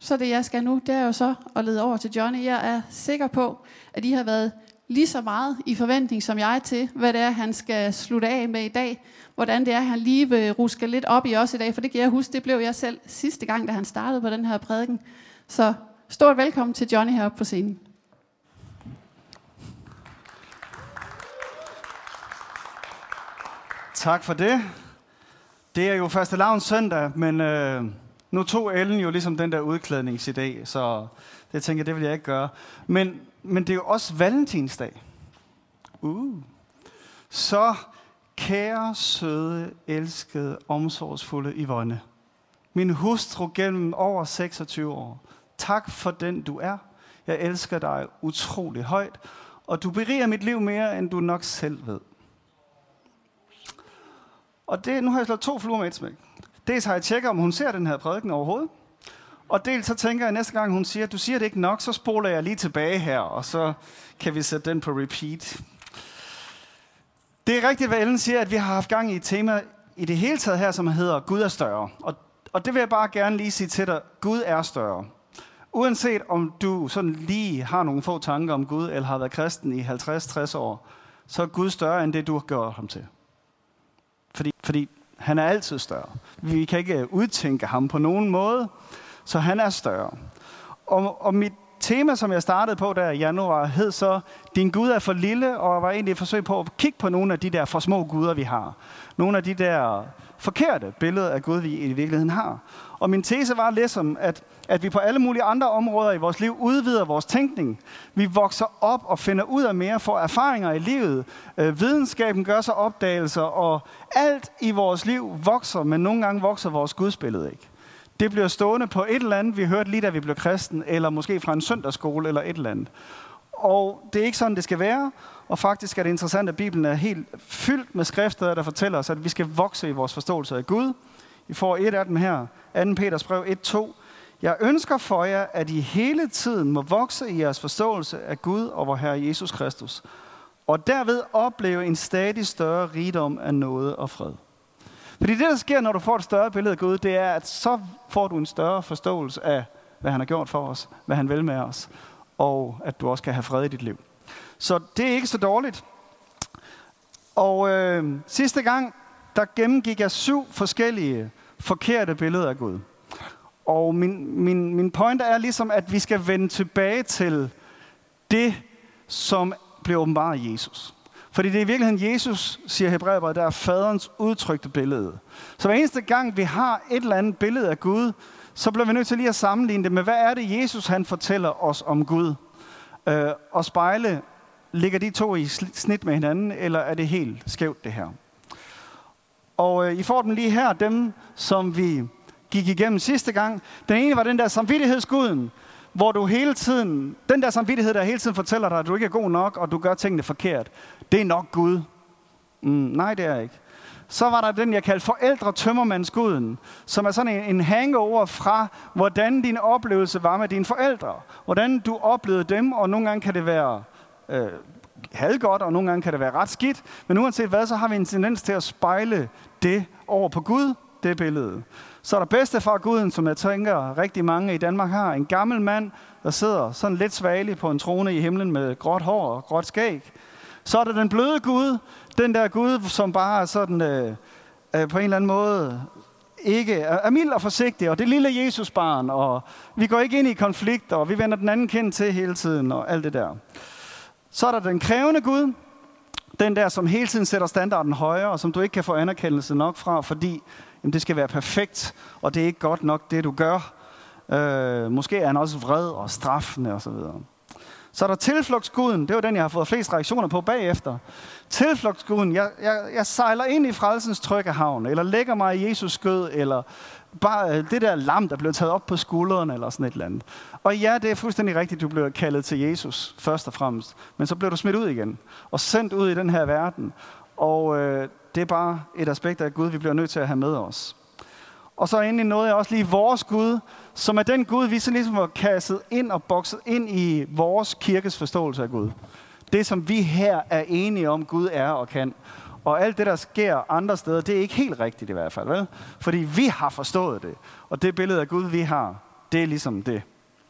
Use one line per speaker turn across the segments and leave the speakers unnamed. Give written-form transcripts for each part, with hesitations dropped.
Så det jeg skal nu, det er jo så at lede over til Johnny. Jeg er sikker på, at I har været lige så meget i forventning som jeg til, hvad det er, han skal slutte af med i dag. Hvordan det er, han lige vil ruske lidt op i os i dag, for det kan jeg huske, det blev jeg selv sidste gang, da han startede på den her prædiken. Så stort velkommen til Johnny heroppe på scenen.
Tak for det. Det er jo fastelavns søndag, men nu tog Ellen jo ligesom den der udklædningsidé, så det tænker jeg, det vil jeg ikke gøre. Men det er jo også valentinsdag. Så kære, søde, elskede, omsorgsfulde Yvonne. Min hustru gennem over 26 år. Tak for den du er. Jeg elsker dig utrolig højt, og du beriger mit liv mere, end du nok selv ved. Og nu har jeg slået 2 fluer med et smæk. Dels har jeg tjekket, om hun ser den her prædiken overhovedet. Og dels så tænker jeg, næste gang hun siger, du siger det ikke nok, så spoler jeg lige tilbage her, og så kan vi sætte den på repeat. Det er rigtigt, hvad Ellen siger, at vi har haft gang i et tema i det hele taget her, som hedder Gud er større. Og det vil jeg bare gerne lige sige til dig, Gud er større. Uanset om du sådan lige har nogle få tanker om Gud, eller har været kristen i 50-60 år, så er Gud større end det, du har gjort ham til. Fordi han er altid større. Vi kan ikke udtænke ham på nogen måde, så han er større. Og mit tema, som jeg startede på der i januar, hed så, din Gud er for lille, og var egentlig et forsøg på at kigge på nogle af de der for små guder, vi har. Nogle af de der forkerte billeder af Gud, vi i virkeligheden har. Og min tese var ligesom, at vi på alle mulige andre områder i vores liv udvider vores tænkning. Vi vokser op og finder ud af mere, får erfaringer i livet. Videnskaben gør sig opdagelser, og alt i vores liv vokser, men nogle gange vokser vores gudsbillede ikke. Det bliver stående på et eller andet, vi hørte lige da vi blev kristen, eller måske fra en søndagsskole eller et eller andet. Og det er ikke sådan, det skal være. Og faktisk er det interessant, at Bibelen er helt fyldt med skrifter, der fortæller os, at vi skal vokse i vores forståelse af Gud. I får et af dem her, 2. Peters brev 1-2. Jeg ønsker for jer, at I hele tiden må vokse i jeres forståelse af Gud og vor Herre Jesus Kristus, og derved opleve en stadig større rigdom af nåde og fred. Fordi det, der sker, når du får et større billede af Gud, det er, at så får du en større forståelse af, hvad han har gjort for os, hvad han vil med os, og at du også kan have fred i dit liv. Så det er ikke så dårligt. Og sidste gang, der gennemgik jeg 7 forskellige forkerte billeder af Gud. Og min pointe er ligesom, at vi skal vende tilbage til det, som blev åbenbaret af Jesus. Fordi det er i virkeligheden Jesus, siger Hebræerbrevet, der er faderens udtrykte billede. Så hver eneste gang, vi har et eller andet billede af Gud, så bliver vi nødt til lige at sammenligne det med, hvad er det, Jesus han fortæller os om Gud? Og spejle, ligger de 2 i snit med hinanden, eller er det helt skævt det her? Og I får dem lige her, dem som vi gik igennem sidste gang. Den ene var den der samvittighedsguden, hvor du hele tiden, den der samvittighed, der hele tiden fortæller dig, at du ikke er god nok, og du gør tingene forkert. Det er nok Gud. Nej, det er ikke. Så var der den, jeg kaldte forældre-tømmermandsguden, som er sådan en hangover fra, hvordan din oplevelse var med dine forældre. Hvordan du oplevede dem, og nogle gange kan det være halvgodt, og nogle gange kan det være ret skidt. Men uanset hvad, så har vi en tendens til at spejle det over på Gud, det billede. Så er der bedstefar-guden, som jeg tænker rigtig mange i Danmark har. En gammel mand, der sidder sådan lidt svagelig på en trone i himlen med gråt hår og gråt skæg. Så er der den bløde Gud, den der Gud, som bare er sådan på en eller anden måde ikke er mild og forsigtig, og det lille Jesusbarn, og vi går ikke ind i konflikter, og vi vender den anden kind til hele tiden, og alt det der. Så er der den krævende Gud, den der, som hele tiden sætter standarden højere, og som du ikke kan få anerkendelse nok fra, fordi det skal være perfekt, og det er ikke godt nok, det du gør. Måske er han også vred og straffende osv. Så er der tilflugtsguden, det var den, jeg har fået flest reaktioner på bagefter. Tilflugtsguden, jeg sejler ind i frelsens trygge havn, eller lægger mig i Jesus skød, eller bare det der lam, der blev taget op på skuldrene, eller sådan et eller andet. Og ja, det er fuldstændig rigtigt, du blev kaldet til Jesus, først og fremmest. Men så blev du smidt ud igen, og sendt ud i den her verden. Og det er bare et aspekt af Gud, vi bliver nødt til at have med os. Og så endelig nåede jeg også lige vores Gud, som er den Gud, vi så ligesom var kastet ind og bokset ind i vores kirkes forståelse af Gud. Det, som vi her er enige om, Gud er og kan. Og alt det, der sker andre steder, det er ikke helt rigtigt i hvert fald, vel? Fordi vi har forstået det. Og det billede af Gud, vi har, Det er ligesom det.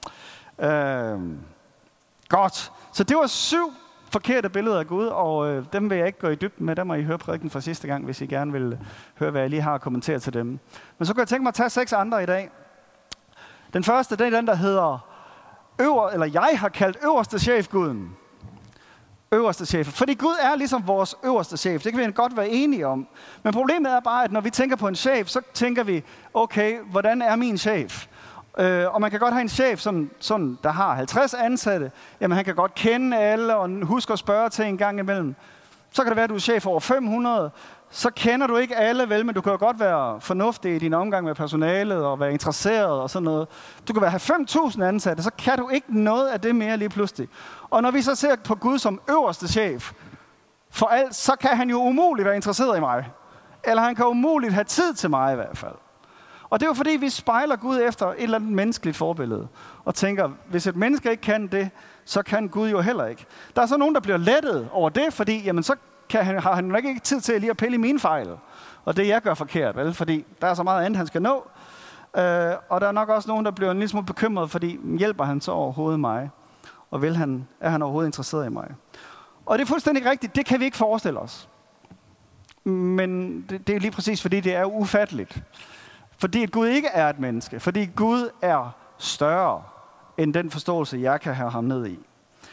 Godt. Så det var 7 forkerte billeder af Gud, og dem vil jeg ikke gå i dybden med. Der må I høre prædiken fra sidste gang, hvis I gerne vil høre, hvad jeg lige har at kommentere til dem. Men så kan jeg tænke mig at tage 6 andre i dag. Den første, det er den, der hedder jeg har kaldt øverste chef-guden. Øverste chef. Fordi Gud er ligesom vores øverste chef. Det kan vi godt være enige om. Men problemet er bare, at når vi tænker på en chef, så tænker vi, okay, hvordan er min chef? Og man kan godt have en chef, sådan, der har 50 ansatte. Jamen, han kan godt kende alle og huske at spørge til en gang imellem. Så kan det være, at du er chef over 500. Så kender du ikke alle vel, men du kan jo godt være fornuftig i din omgang med personalet og være interesseret og sådan noget. Du kan have 5.000 ansatte, så kan du ikke noget af det mere lige pludselig. Og når vi så ser på Gud som øverste chef for alt, så kan han jo umuligt være interesseret i mig. Eller han kan umuligt have tid til mig i hvert fald. Og det er jo fordi, vi spejler Gud efter et eller andet menneskeligt forbillede. Og tænker, hvis et menneske ikke kan det, så kan Gud jo heller ikke. Der er så nogen, der bliver lettet over det, fordi jamen, så har han nok ikke tid til lige at pille i mine fejl. Og det jeg gør forkert, vel? Fordi der er så meget andet, han skal nå. Og der er nok også nogen, der bliver en lille smule bekymret, fordi hjælper han så overhovedet mig? Og er han overhovedet interesseret i mig? Og det er fuldstændig rigtigt, det kan vi ikke forestille os. Men det er lige præcis, fordi det er ufatteligt. Fordi Gud ikke er et menneske. Fordi Gud er større end den forståelse, jeg kan have ham ned i.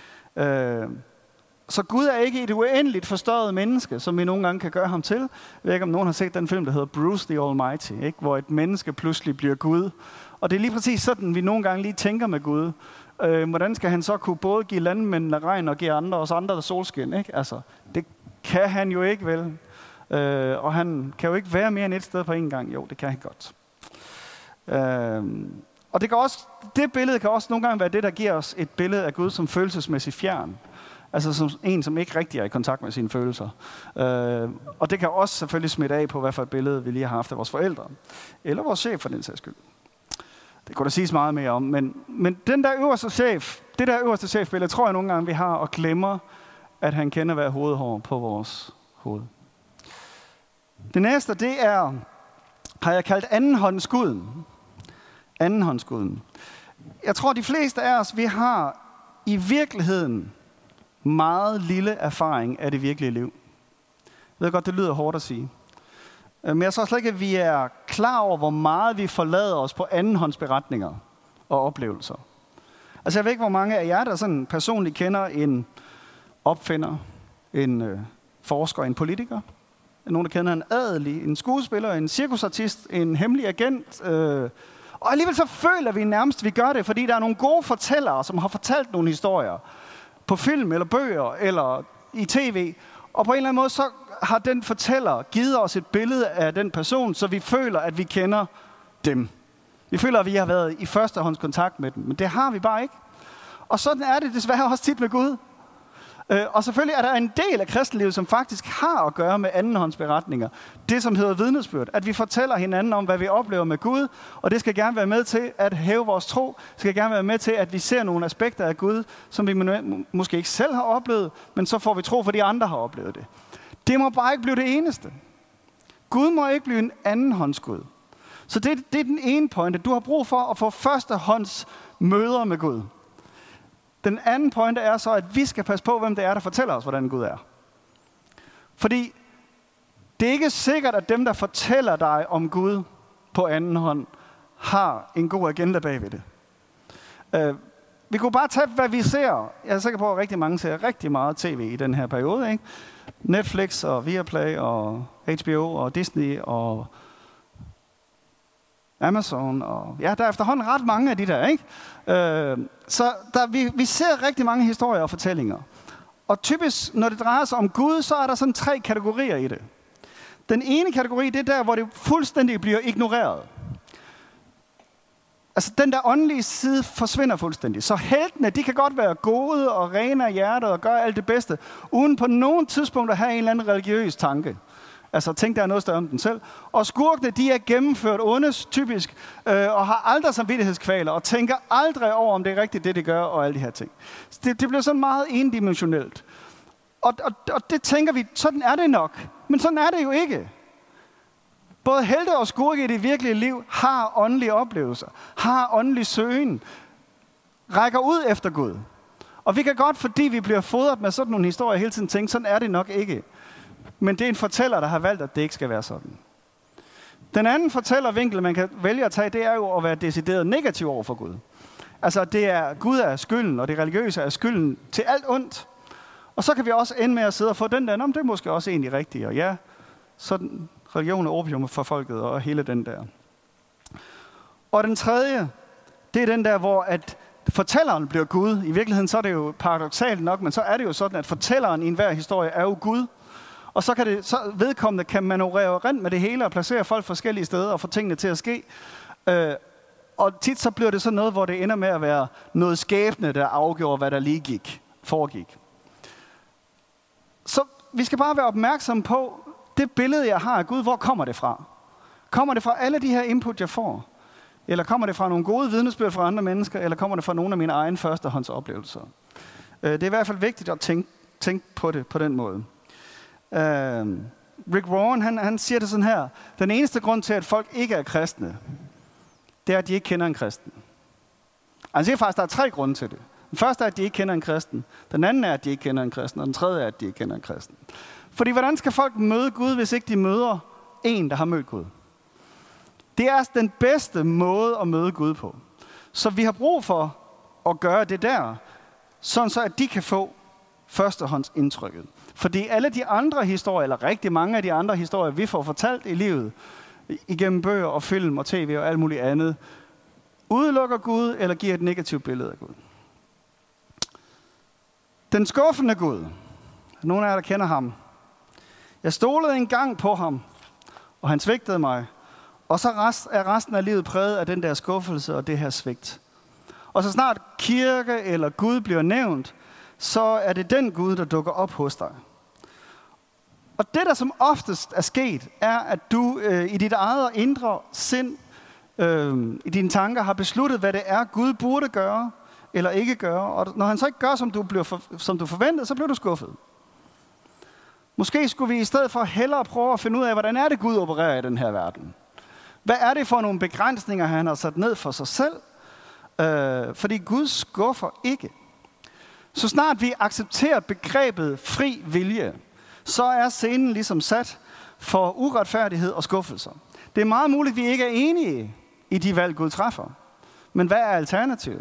Så Gud er ikke et uendeligt forstørret menneske, som vi nogle gange kan gøre ham til. Jeg ved ikke, om nogen har set den film, der hedder Bruce the Almighty, ikke? Hvor et menneske pludselig bliver Gud. Og det er lige præcis sådan, vi nogle gange lige tænker med Gud. Hvordan skal han så kunne både give landmændene regn og give os andre solskin? Ikke? Altså, det kan han jo ikke, vel? Og han kan jo ikke være mere end et sted på en gang. Jo, det kan han godt. Og det billede kan også nogle gange være det, der giver os et billede af Gud som følelsesmæssigt fjern. Altså som en, som ikke rigtig er i kontakt med sine følelser. Og det kan også selvfølgelig smitte af på, hvad for et billede vi lige har haft af vores forældre. Eller vores chef, for den sags skyld. Det kunne der siges meget mere om. Men det der øverste chefbillede, tror jeg nogle gange, vi har, og glemmer, at han kender hver hovedhår på vores hoved. Det næste, det er, har jeg kaldt andenhåndsguden. Andenhåndsguden. Jeg tror, de fleste af os, vi har i virkeligheden meget lille erfaring af det virkelige liv. Jeg ved godt, det lyder hårdt at sige. Men jeg tror slet ikke, at vi er klar over, hvor meget vi forlader os på andenhåndsberetninger og oplevelser. Altså jeg ved ikke, hvor mange af jer, der sådan personligt kender en opfinder, en forsker, en politiker. Nogen, der kender en adelig, en skuespiller, en cirkusartist, en hemmelig agent. Og alligevel så føler vi nærmest, at vi gør det, fordi der er nogle gode fortællere, som har fortalt nogle historier på film eller bøger eller i tv. Og på en eller anden måde, så har den fortæller givet os et billede af den person, så vi føler, at vi kender dem. Vi føler, at vi har været i førstehåndskontakt med dem, men det har vi bare ikke. Og sådan er det desværre også tit med Gud. Og selvfølgelig er der en del af kristenlivet, som faktisk har at gøre med andenhåndsberetninger. Det, som hedder vidnesbyrd. At vi fortæller hinanden om, hvad vi oplever med Gud. Og det skal gerne være med til at hæve vores tro. Det skal gerne være med til, at vi ser nogle aspekter af Gud, som vi måske ikke selv har oplevet, men så får vi tro, fordi andre har oplevet det. Det må bare ikke blive det eneste. Gud må ikke blive en andenhåndsgud. Så det er den ene pointe. Du har brug for at få førstehånds møder med Gud. Den anden pointe er så, at vi skal passe på, hvem det er, der fortæller os, hvordan Gud er. Fordi det er ikke sikkert, at dem, der fortæller dig om Gud på anden hånd, har en god agenda bagved det. Vi kunne bare tage, hvad vi ser. Jeg er sikker på, at rigtig mange ser rigtig meget tv i den her periode. Ikke? Netflix og Viaplay og HBO og Disney og Amazon og ja, der er efterhånden ret mange af de der, ikke? Så vi ser rigtig mange historier og fortællinger. Og typisk, når det drejer sig om Gud, så er der sådan 3 kategorier i det. Den ene kategori, det er der, hvor det fuldstændig bliver ignoreret. Altså den der åndelige side forsvinder fuldstændig. Så heltene, de kan godt være gode og rene af hjertet og gøre alt det bedste, uden på nogen tidspunkt at have en eller anden religiøs tanke. Altså tænk, der er noget større om den selv. Og skurkene, de er gennemført ondes, typisk, og har aldrig samvittighedskvaler, og tænker aldrig over, om det er rigtigt, det de gør, og alle de her ting. Det bliver sådan meget endimensionelt. Og det tænker vi, sådan er det nok. Men sådan er det jo ikke. både helte og skurke i det virkelige liv har åndelige oplevelser, har åndelig søgen, rækker ud efter Gud. Og vi kan godt, fordi vi bliver fodret med sådan nogle historier hele tiden, tænke, sådan er det nok ikke. Men det er en fortæller, der har valgt, at det ikke skal være sådan. Den anden fortællervinkel, man kan vælge at tage, det er jo at være decideret negativ over for Gud. Altså, det er Gud er skylden, og det religiøse er skylden til alt ondt. Og så kan vi også ende med at sidde og få den der, om det er måske også egentlig rigtigt. Og ja, sådan religion er opium for folket, og hele den der. Og den tredje, det er den der, hvor at fortælleren bliver Gud. I virkeligheden så er det jo paradoksalt nok, men så er det jo sådan, at fortælleren i enhver historie er jo Gud. Og så vedkommende kan manøvrere rent med det hele og placere folk forskellige steder og få tingene til at ske. Og tit så bliver det sådan noget, hvor det ender med at være noget skæbne, der afgjorde, hvad der lige foregik. Så vi skal bare være opmærksomme på, det billede, jeg har af Gud, hvor kommer det fra? Kommer det fra alle de her input, jeg får? Eller kommer det fra nogle gode vidnesbyrd fra andre mennesker? Eller kommer det fra nogle af mine egne førstehåndsoplevelser? Det er i hvert fald vigtigt at tænke på det på den måde. Rick Warren, han siger det sådan her. Den eneste grund til, at folk ikke er kristne, det er, at de ikke kender en kristen. Han siger faktisk, at der er 3 grunde til det. Den første er, at de ikke kender en kristen. Den anden er, at de ikke kender en kristen. Og den tredje er, at de ikke kender en kristen. Fordi hvordan skal folk møde Gud, hvis ikke de møder en, der har mødt Gud? Det er den bedste måde at møde Gud på. Så vi har brug for at gøre det der, sådan så at de kan få førstehåndsindtrykket. Fordi alle de andre historier, eller rigtig mange af de andre historier, vi får fortalt i livet, igennem bøger og film og tv og alt muligt andet, udelukker Gud eller giver et negativt billede af Gud. Den skuffende Gud. Nogle af jer, der kender ham. Jeg stolede engang på ham, og han svigtede mig. Og så er resten af livet præget af den der skuffelse og det her svigt. Og så snart kirke eller Gud bliver nævnt, så er det den Gud, der dukker op hos dig. Og det, der som oftest er sket, er, at du i dit eget indre sind, i dine tanker, har besluttet, hvad det er, Gud burde gøre eller ikke gøre. Og når han så ikke gør, som du forventede, så bliver du skuffet. Måske skulle vi i stedet for hellere prøve at finde ud af, hvordan er det, Gud opererer i den her verden. Hvad er det for nogle begrænsninger, han har sat ned for sig selv? Fordi Gud skuffer ikke. Så snart vi accepterer begrebet fri vilje, så er scenen ligesom sat for uretfærdighed og skuffelser. Det er meget muligt, at vi ikke er enige i de valg, Gud træffer. Men hvad er alternativet?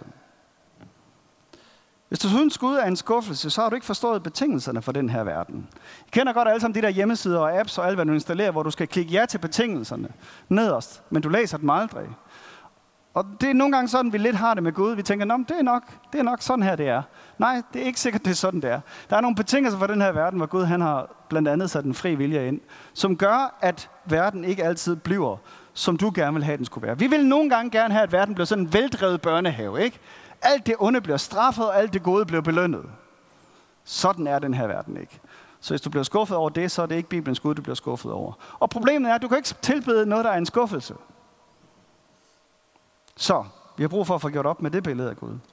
Hvis du synes, Gud er en skuffelse, så har du ikke forstået betingelserne for den her verden. I kender godt alle sammen de der hjemmesider og apps og alt, hvad du installerer, hvor du skal klikke ja til betingelserne nederst, men du læser dem aldrig. Og det er nogle gange sådan, vi lidt har det med Gud. Vi tænker, det er nok sådan her, det er. Nej, det er ikke sikkert, det er sådan, det er. Der er nogle betingelser for den her verden, hvor Gud han har blandt andet sat en fri vilje ind, som gør, at verden ikke altid bliver, som du gerne vil have, den skulle være. Vi vil nogle gange gerne have, at verden bliver sådan en veldrevet børnehave, ikke? Alt det onde bliver straffet, og alt det gode bliver belønnet. Sådan er den her verden ikke. Så hvis du bliver skuffet over det, så er det ikke Bibelens Gud, du bliver skuffet over. Og problemet er, at du kan ikke tilbede noget, der er en skuffelse. Så vi har brug for at få gjort op med det billede af Gud.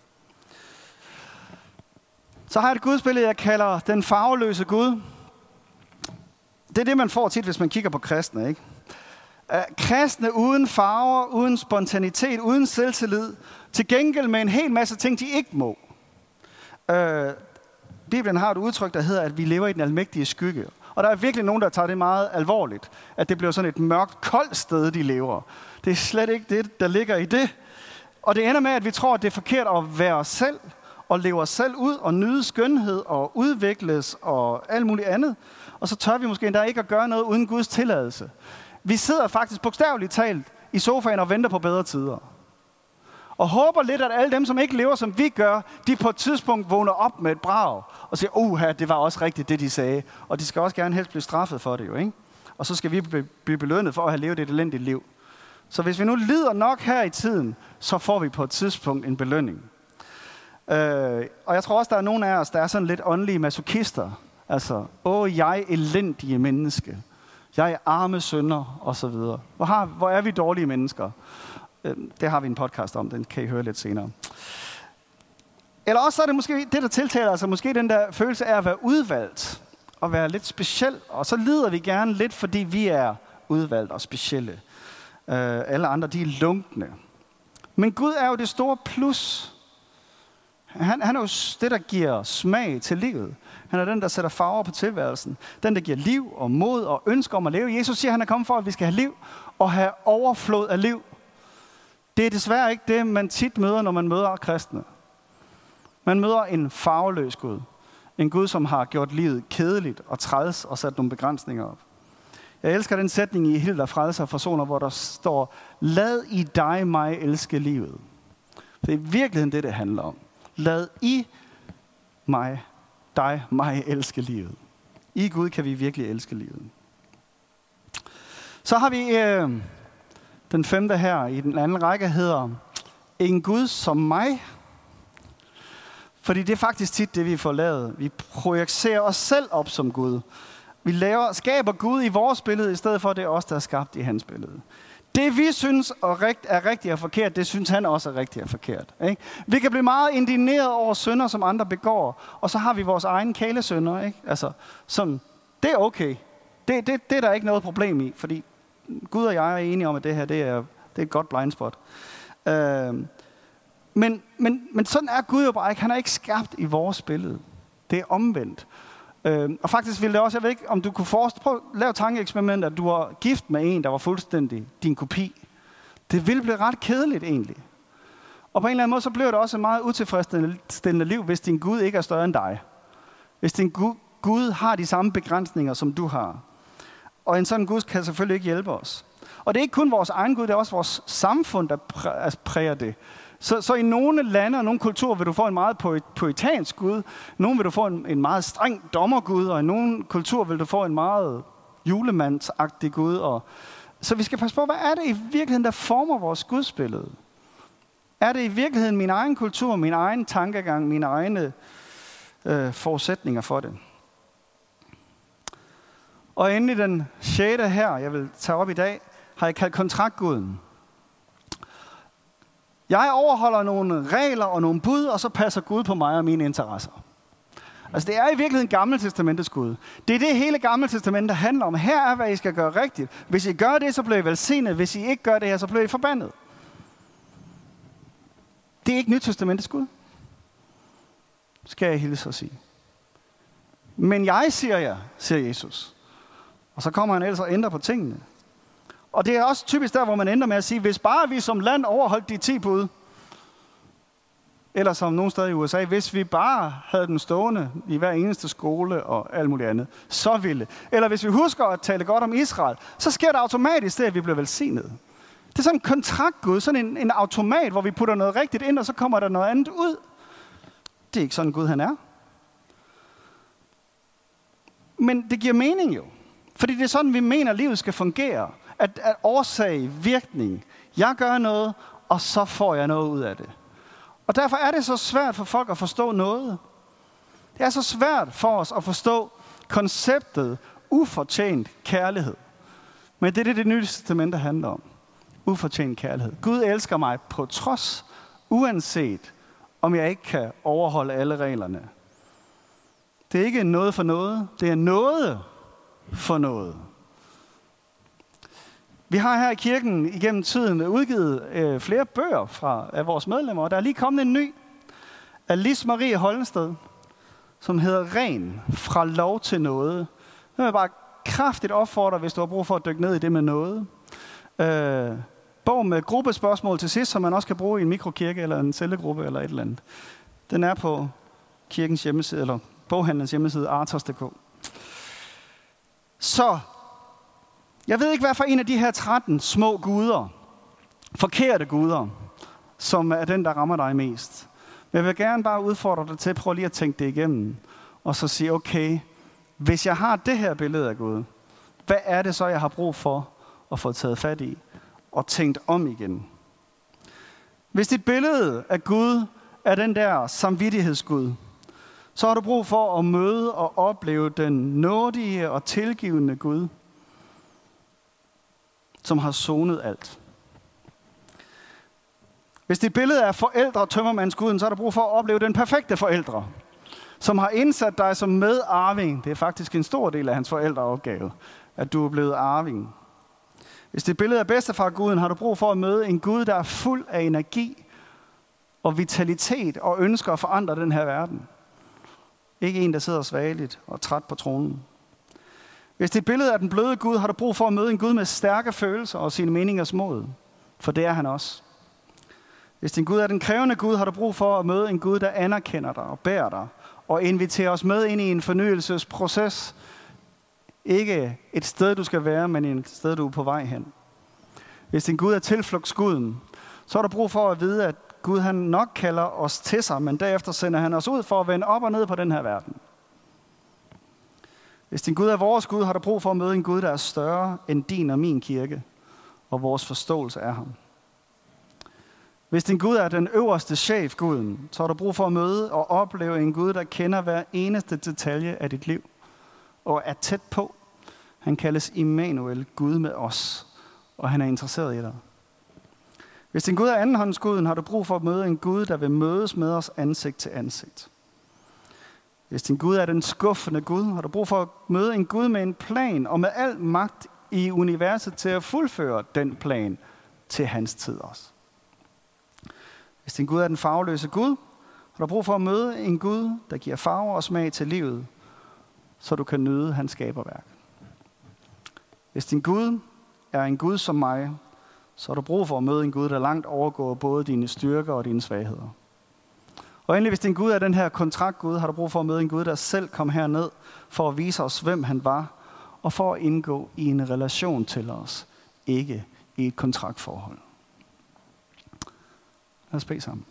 Så har jeg et gudsbillede, jeg kalder den farveløse Gud. Det er det, man får tit, hvis man kigger på kristne, ikke? Kristne uden farver, uden spontanitet, uden selvtillid, til gengæld med en hel masse ting, de ikke må. Bibelen har et udtryk, der hedder, at vi lever i den almægtige skygge. Og der er virkelig nogen, der tager det meget alvorligt, at det bliver sådan et mørkt, koldt sted, de lever. Det er slet ikke det, der ligger i det. Og det ender med, at vi tror, at det er forkert at være os selv, og leve os selv ud, og nyde skønhed, og udvikles, og alt muligt andet. Og så tør vi måske endda ikke at gøre noget uden Guds tilladelse. Vi sidder faktisk bogstaveligt talt i sofaen og venter på bedre tider. Og håber lidt, at alle dem, som ikke lever, som vi gør, de på et tidspunkt vågner op med et brag og siger, det var også rigtigt, det de sagde. Og de skal også gerne helst blive straffet for det jo, ikke? Og så skal vi blive belønnet for at have levet et elendigt liv. Så hvis vi nu lider nok her i tiden, så får vi på et tidspunkt en belønning. Og jeg tror også, der er nogle af os, der er sådan lidt åndelige masochister. Altså, jeg elendige menneske. Jeg er arme synder, og så videre. Hvor er vi dårlige mennesker? Det har vi en podcast om, den kan I høre lidt senere. Eller også så er det måske det, der tiltaler, altså måske den der følelse af at være udvalgt, og være lidt speciel, og så lider vi gerne lidt, fordi vi er udvalgt og specielle. Alle andre, de er lunkne. Men Gud er jo det store plus. Han er jo det, der giver smag til livet. Han er den, der sætter farver på tilværelsen. Den, der giver liv og mod og ønsker om at leve. Jesus siger, at han er kommet for, at vi skal have liv og have overflod af liv. Det er desværre ikke det, man tit møder, når man møder kristne. Man møder en farveløs Gud. En Gud, som har gjort livet kedeligt og træls og sat nogle begrænsninger op. Jeg elsker den sætning i Hilda Frelser og Forsoner, hvor der står, lad i dig mig elske livet. Det er i virkeligheden det handler om. Lad i mig elske livet. I Gud kan vi virkelig elske livet. Så har vi den 5. her i den anden række hedder en Gud som mig. Fordi det er faktisk tit det, vi får lavet. Vi projicerer os selv op som Gud. Vi skaber Gud i vores billede, i stedet for at det er os, der er skabt i hans billede. Det vi synes er rigtigt og forkert, det synes han også er rigtigt og forkert. Ikke? Vi kan blive meget indigneret over synder, som andre begår, og så har vi vores egne kælesynder. Ikke? Altså, som, det er okay. Det er der ikke noget problem i, fordi Gud og jeg er enige om, at det her det er et godt blindspot. Men sådan er Gud jo bare ikke. Han er ikke skabt i vores billede. Det er omvendt. Og faktisk ville det også, jeg ved ikke, om du kunne prøve at lave tankeeksperiment, at du var gift med en, der var fuldstændig din kopi. Det ville blive ret kedeligt egentlig. Og på en eller anden måde, så bliver det også et meget utilfredsstillende liv, hvis din Gud ikke er større end dig. Hvis din Gud har de samme begrænsninger, som du har. Og en sådan Gud kan selvfølgelig ikke hjælpe os. Og det er ikke kun vores egen Gud, det er også vores samfund, der præger det. Så i nogle lande og nogle kulturer vil du få en meget poetansk Gud. Nogle vil du få en meget streng dommergud, og i nogle kulturer vil du få en meget julemandsagtig Gud. Så vi skal passe på, hvad er det i virkeligheden, der former vores gudsbillede? Er det i virkeligheden min egen kultur, min egen tankegang, mine egne forudsætninger for det? Og endelig den 6. her, jeg vil tage op i dag, har jeg kaldt kontraktguden. Jeg overholder nogle regler og nogle bud, og så passer Gud på mig og mine interesser. Altså det er i virkeligheden Gamle Testamentets Gud. Det er det hele Gamle Testamentet handler om. Her er, hvad I skal gøre rigtigt. Hvis I gør det, så bliver I velsignet. Hvis I ikke gør det her, så bliver I forbandet. Det er ikke Nyt Testamentets Gud. Skal jeg hilse og sige. Men jeg siger jer, siger Jesus. Og så kommer han ellers og ændrer på tingene. Og det er også typisk der, hvor man ender med at sige, hvis bare vi som land overholdt de 10 bud, eller som nogle steder i USA, hvis vi bare havde den stående i hver eneste skole og alt muligt andet, så ville. Eller hvis vi husker at tale godt om Israel, så sker det automatisk det, at vi bliver velsignet. Det er sådan en kontraktgud, sådan en automat, hvor vi putter noget rigtigt ind, og så kommer der noget andet ud. Det er ikke sådan Gud han er. Men det giver mening jo. Fordi det er sådan, vi mener, at livet skal fungere. At årsag, virkning. Jeg gør noget, og så får jeg noget ud af det. Og derfor er det så svært for folk at forstå noget. Det er så svært for os at forstå konceptet ufortjent kærlighed. Men det er det Nye Testamente handler om. Ufortjent kærlighed. Gud elsker mig på trods, uanset om jeg ikke kan overholde alle reglerne. Det er ikke noget for noget. Det er noget for noget. Vi har her i kirken igennem tiden udgivet flere bøger af vores medlemmer, og der er lige kommet en ny af Lis Marie Hollensted, som hedder Ren fra lov til noget. Det vil jeg bare kraftigt opfordre, hvis du har brug for at dykke ned i det med noget. Bog med gruppespørgsmål til sidst, som man også kan bruge i en mikrokirke eller en cellegruppe eller et eller andet. Den er på kirkens hjemmeside, eller boghandlens hjemmeside, artos.dk. Så jeg ved ikke, hvad for en af de her 13 små guder, forkerte guder, som er den, der rammer dig mest. Men jeg vil gerne bare udfordre dig til at prøve lige at tænke det igennem. Og så sige, okay, hvis jeg har det her billede af Gud, hvad er det så, jeg har brug for at få taget fat i og tænkt om igen? Hvis dit billede af Gud er den der samvittighedsgud, så har du brug for at møde og opleve den nådige og tilgivende Gud, som har sonet alt. Hvis dit billede er forældre tømmermandsguden, så har du brug for at opleve den perfekte forældre, som har indsat dig som medarving. Det er faktisk en stor del af hans forældreopgave, at du er blevet arving. Hvis det er et billede af bedstefar-guden, har du brug for at møde en Gud, der er fuld af energi og vitalitet og ønsker at forandre den her verden. Ikke en, der sidder svageligt og træt på tronen. Hvis det er et billede af den bløde Gud, har du brug for at møde en Gud med stærke følelser og sine meningers mod. For det er han også. Hvis din Gud er den krævende Gud, har du brug for at møde en Gud, der anerkender dig og bærer dig og inviterer os med ind i en fornyelsesproces. Ikke et sted, du skal være, men et sted, du er på vej hen. Hvis din Gud er tilflugtsguden, så har du brug for at vide, at Gud han nok kalder os til sig, men derefter sender han os ud for at vende op og ned på den her verden. Hvis din Gud er vores Gud, har du brug for at møde en Gud, der er større end din og min kirke og vores forståelse af ham. Hvis din Gud er den øverste chef, Guden, så har du brug for at møde og opleve en Gud, der kender hver eneste detalje af dit liv og er tæt på. Han kaldes Immanuel, Gud med os, og han er interesseret i dig. Hvis din Gud er andenhåndsguden, har du brug for at møde en Gud, der vil mødes med os ansigt til ansigt. Hvis din Gud er den skuffende Gud, har du brug for at møde en Gud med en plan og med al magt i universet til at fuldføre den plan til hans tid også. Hvis din Gud er den farveløse Gud, har du brug for at møde en Gud, der giver farve og smag til livet, så du kan nyde hans skaberværk. Hvis din Gud er en Gud som mig, så har du brug for at møde en Gud, der langt overgår både dine styrker og dine svagheder. Og endelig, hvis din Gud er den her kontraktgud, har du brug for at møde en Gud, der selv kom herned for at vise os, hvem han var, og for at indgå i en relation til os, ikke i et kontraktforhold. Lad os bede sammen.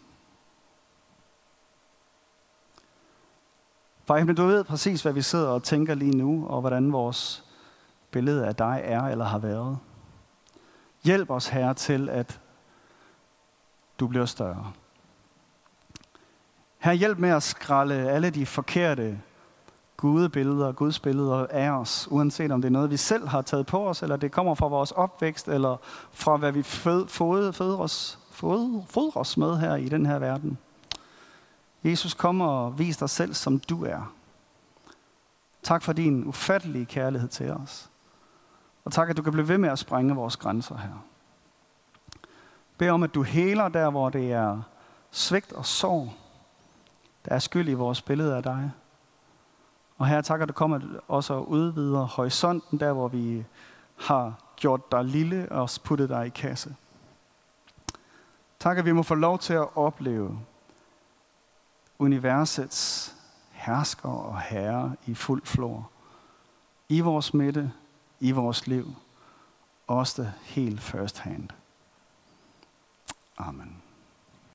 Far i himlen, du ved præcis, hvad vi sidder og tænker lige nu, og hvordan vores billede af dig er eller har været. Hjælp os, Herre, til at du bliver større. Herre, hjælp med at skrælle alle de forkerte gudebilleder og gudsbilleder af os, uanset om det er noget, vi selv har taget på os, eller det kommer fra vores opvækst, eller fra hvad vi fodres med her i den her verden. Jesus, kom og vis dig selv, som du er. Tak for din ufattelige kærlighed til os. Og tak, at du kan blive ved med at sprænge vores grænser her. Bed om, at du heler der, hvor det er svigt og sorg, der er skyld i vores billede af dig. Og Herre, tak, at du kommer også og udvider horisonten, der hvor vi har gjort dig lille og puttet dig i kasse. Tak, at vi må få lov til at opleve universets hersker og herre i fuld flor. I vores midte, i vores liv. Også helt first hand. Amen.